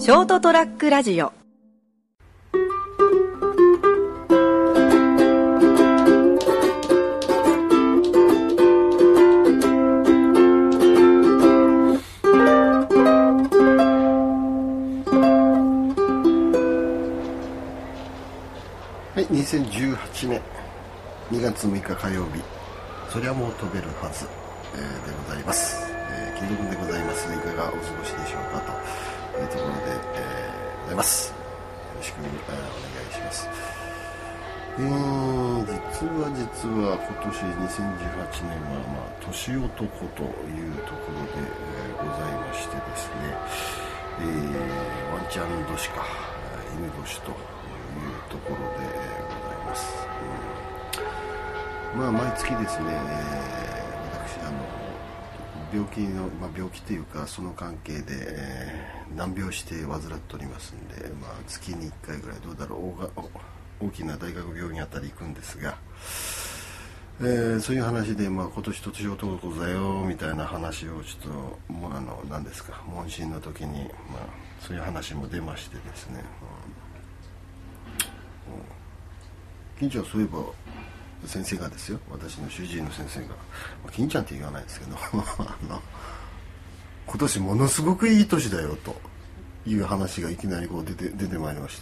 ショートトラックラジオ。 はい、2018年2月6日火曜日、そりゃもう飛べるはず、でございます。金読でございます。いかがお過ごしでしょうかというところで、ございます。よろしくお願いします。実は今年2018年は、年男というところで、ございましてですね、ワンちゃん年か犬年というところで、ございます。毎月ですね、私病気というかその関係で、難病して患っておりますんで、月に1回ぐらいどうだろう大きな大学病院あたり行くんですが、そういう話で、今年年男だよみたいな話をちょっと何ですか、問診の時に、そういう話も出ましてですね、金ちゃん、そういえば先生がですよ、私の主治医の先生が、金ちゃんって言わないですけど今年ものすごくいい年だよという話がいきなりこう出てまいりまして、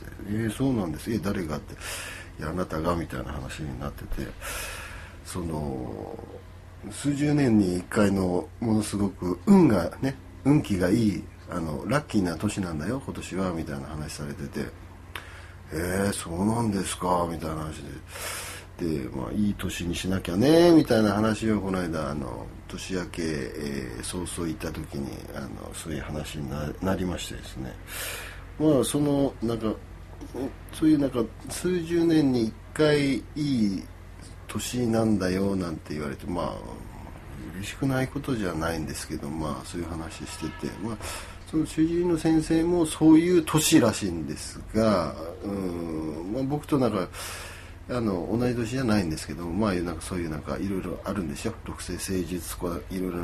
そうなんです、誰がって、あなたがみたいな話になってて、その数十年に1回のものすごく運気がいいラッキーな年なんだよ今年はみたいな話されてて、そうなんですかみたいな話で、いい年にしなきゃねみたいな話をこの間年明け、早々行った時にそういう話に なりましてですね、そのそういう数十年に1回いい年なんだよなんて言われて、嬉しくないことじゃないんですけど、そういう話してて、その主治医の先生もそういう年らしいんですが、僕と同い年じゃないんですけど、そういういろいろあるんですよ。六星星術とかいろいろ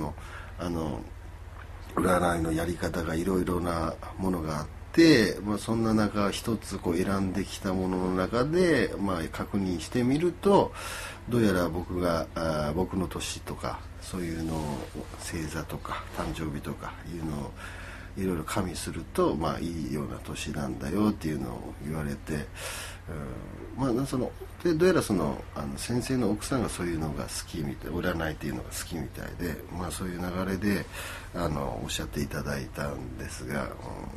占いのやり方がいろいろなものがあって、そんな中一つ選んできたものの中で、確認してみると、どうやら僕の年とかそういうのを星座とか誕生日とかいうのをいろいろ加味すると、いいような年なんだよっていうのを言われて、でどうやら先生の奥さんがそういうのが好きみたい、占いっていうのが好きみたいで、そういう流れでおっしゃっていただいたんですが、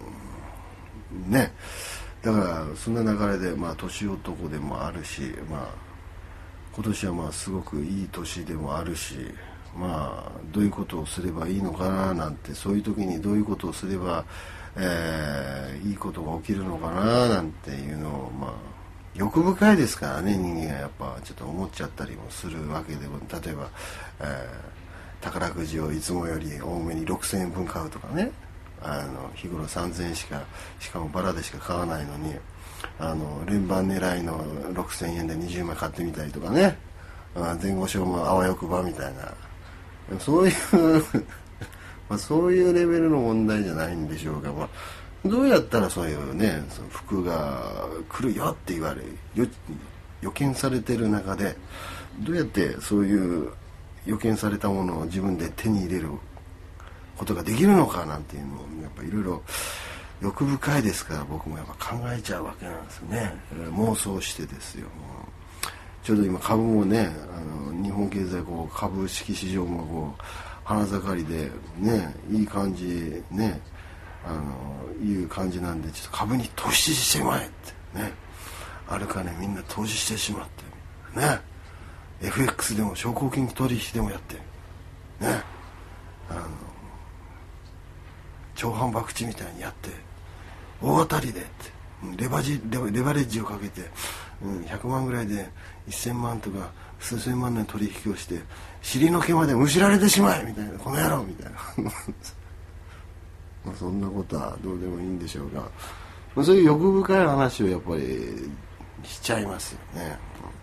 だからそんな流れで、年男でもあるし、今年はすごくいい年でもあるし、どういうことをすればいいのかななんて、そういう時にどういうことをすれば、いいことが起きるのかななんていうのを、欲深いですからね、人間はやっぱちょっと思っちゃったりもするわけで、例えば、宝くじをいつもより多めに6000円分買うとかね、日頃3000円しかもバラでしか買わないのに、連番狙いの6000円で20枚買ってみたりとかね、前後賞もあわよくばみたいな、そういうそういうレベルの問題じゃないんでしょうが、どうやったらそういうね、その服が来るよって言われ予見されてる中で、どうやってそういう予見されたものを自分で手に入れることができるのかなんていうのをやっぱいろいろ欲深いですから、僕もやっぱ考えちゃうわけなんですよね。妄想してですよ。ちょうど今株もね、日本経済株式市場も花盛りでね、いい感じね、いう感じなんで、ちょっと株に投資してまえってね、あるかね、みんな投資してしまってね、 FX でも証拠金取引でもやってね、長反博打みたいにやって大当たりでってレバレッジをかけて、100万ぐらいで1000万とか数千万の取引をして尻の毛までむしられてしまえみたいな、この野郎みたいなそんなことはどうでもいいんでしょうが、そういう欲深い話をやっぱりしちゃいますよね。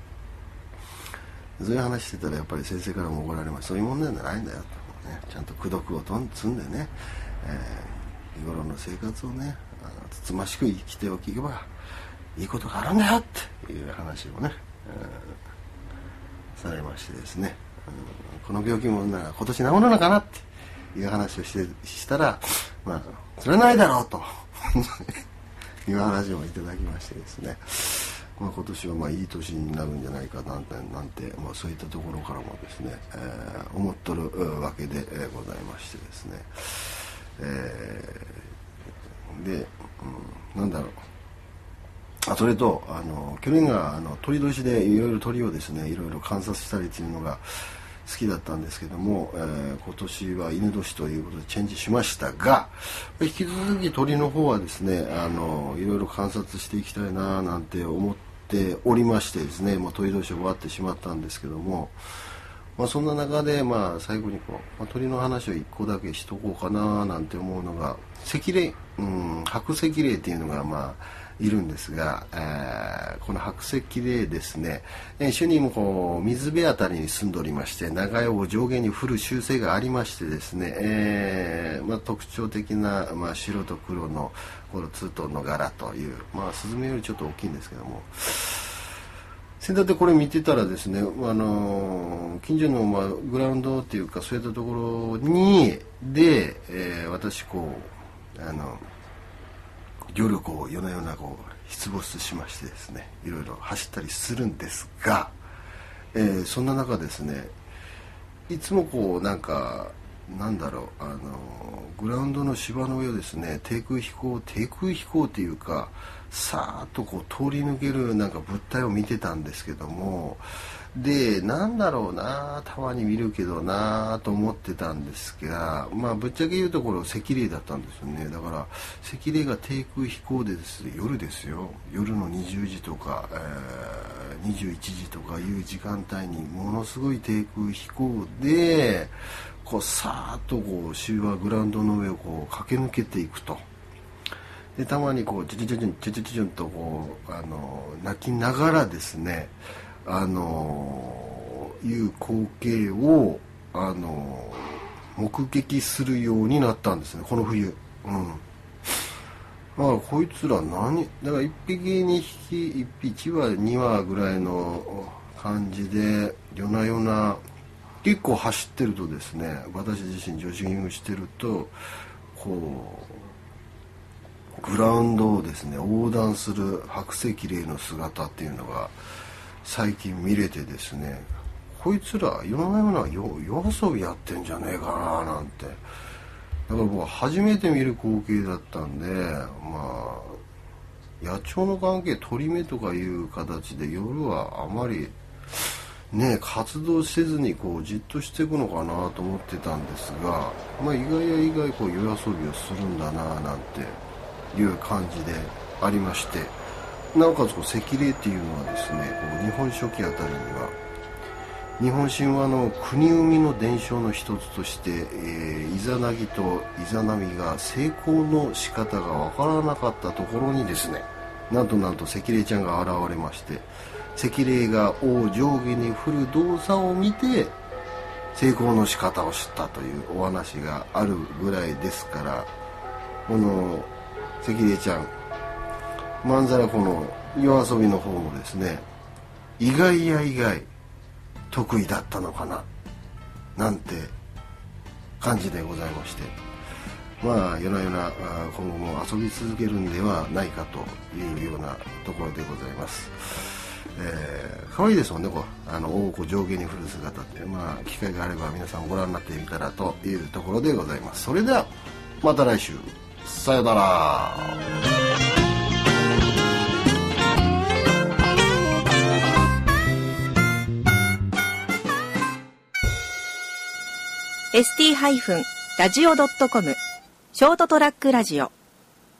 そういう話してたらやっぱり先生からも怒られます。そういう問題じゃないんだよと、ちゃんと功徳を積んでね、日頃の生活をね、 つつましく生きておけばいいことがあるんだよっていう話をね、されましてですね、この病気も今年治るのかなっていう話をしたら、まあそれはないだろうという話をいただきましてですね、まあ、今年はまあいい年になるんじゃないかなんて、まあ、そういったところからもですね、思っとるわけでございましてですね、で、なんだろう、それと去年が鳥年でいろいろ鳥をですねいろいろ観察したりっていうのが好きだったんですけども、今年は犬年ということでチェンジしましたが、引き続き鳥の方はですねいろいろ観察していきたいななんて思っておりましてですね、もう鳥年終わってしまったんですけども、まあ、そんな中でまあ最後に鳥の話を一個だけしとこうかななんて思うのが赤霊、白赤霊っていうのがまあいるんですが、この白赤霊ですね、主にも水辺あたりに住んでおりまして、長屋を上下に降る習性がありましてですね、まあ、特徴的な、まあ、白と黒のこのツートンの柄という、まあ、スズメよりちょっと大きいんですけども、先だってこれ見てたらですね、近所のまあグラウンドっていうかそういったところに私夜夜な夜な出没しましてですね、いろいろ走ったりするんですが、そんな中ですね、いつもなんだろう、グラウンドの芝の上をですね低空飛行っていうかさーっと通り抜ける物体を見てたんですけども、でなんだろうな、たまに見るけどなと思ってたんですが、まあぶっちゃけ言うところ赤霊だったんですよね。だから赤霊が低空飛行でですね、夜ですよ、夜の20時とか、21時とかいう時間帯にものすごい低空飛行でさーっと芝グラウンドの上を駆け抜けていくと。でたまにチュチュチュチュンチュチュチュチュンと泣きながらですね、いう光景を目撃するようになったんですね、この冬。だからこいつらだから1匹2匹1羽2羽ぐらいの感じで夜な夜な結構走ってるとですね、私自身ジョギングしてるとグラウンドをですね横断する白赤霊の姿っていうのが最近見れてですね、こいつら夜な夜な夜遊びやってんじゃねえかななんて。だから僕は初めて見る光景だったんで、まあ野鳥の関係鳥目とかいう形で夜はあまりね活動せずにじっとしていくのかなと思ってたんですが、まあ意外や意外夜遊びをするんだななんていう感じでありまして、なおかつ赤霊っていうのはですね、日本書紀あたりには日本神話の国生みの伝承の一つとして、イザナギとイザナミが成功の仕方がわからなかったところにですね、なんと赤霊ちゃんが現れまして、赤霊が尾を上下に振る動作を見て成功の仕方を知ったというお話があるぐらいですから、この赤霊ちゃんまんざら夜遊びの方もですね、意外や意外得意だったのかななんて感じでございまして、まあ夜な夜な今後も遊び続けるんではないかというようなところでございます。可愛いですもんね、尾を上下に振る姿って。まあ機会があれば皆さんご覧になってみたらというところでございます。それではまた来週、さよなら。 ST-radio.com ショートトラックラジオ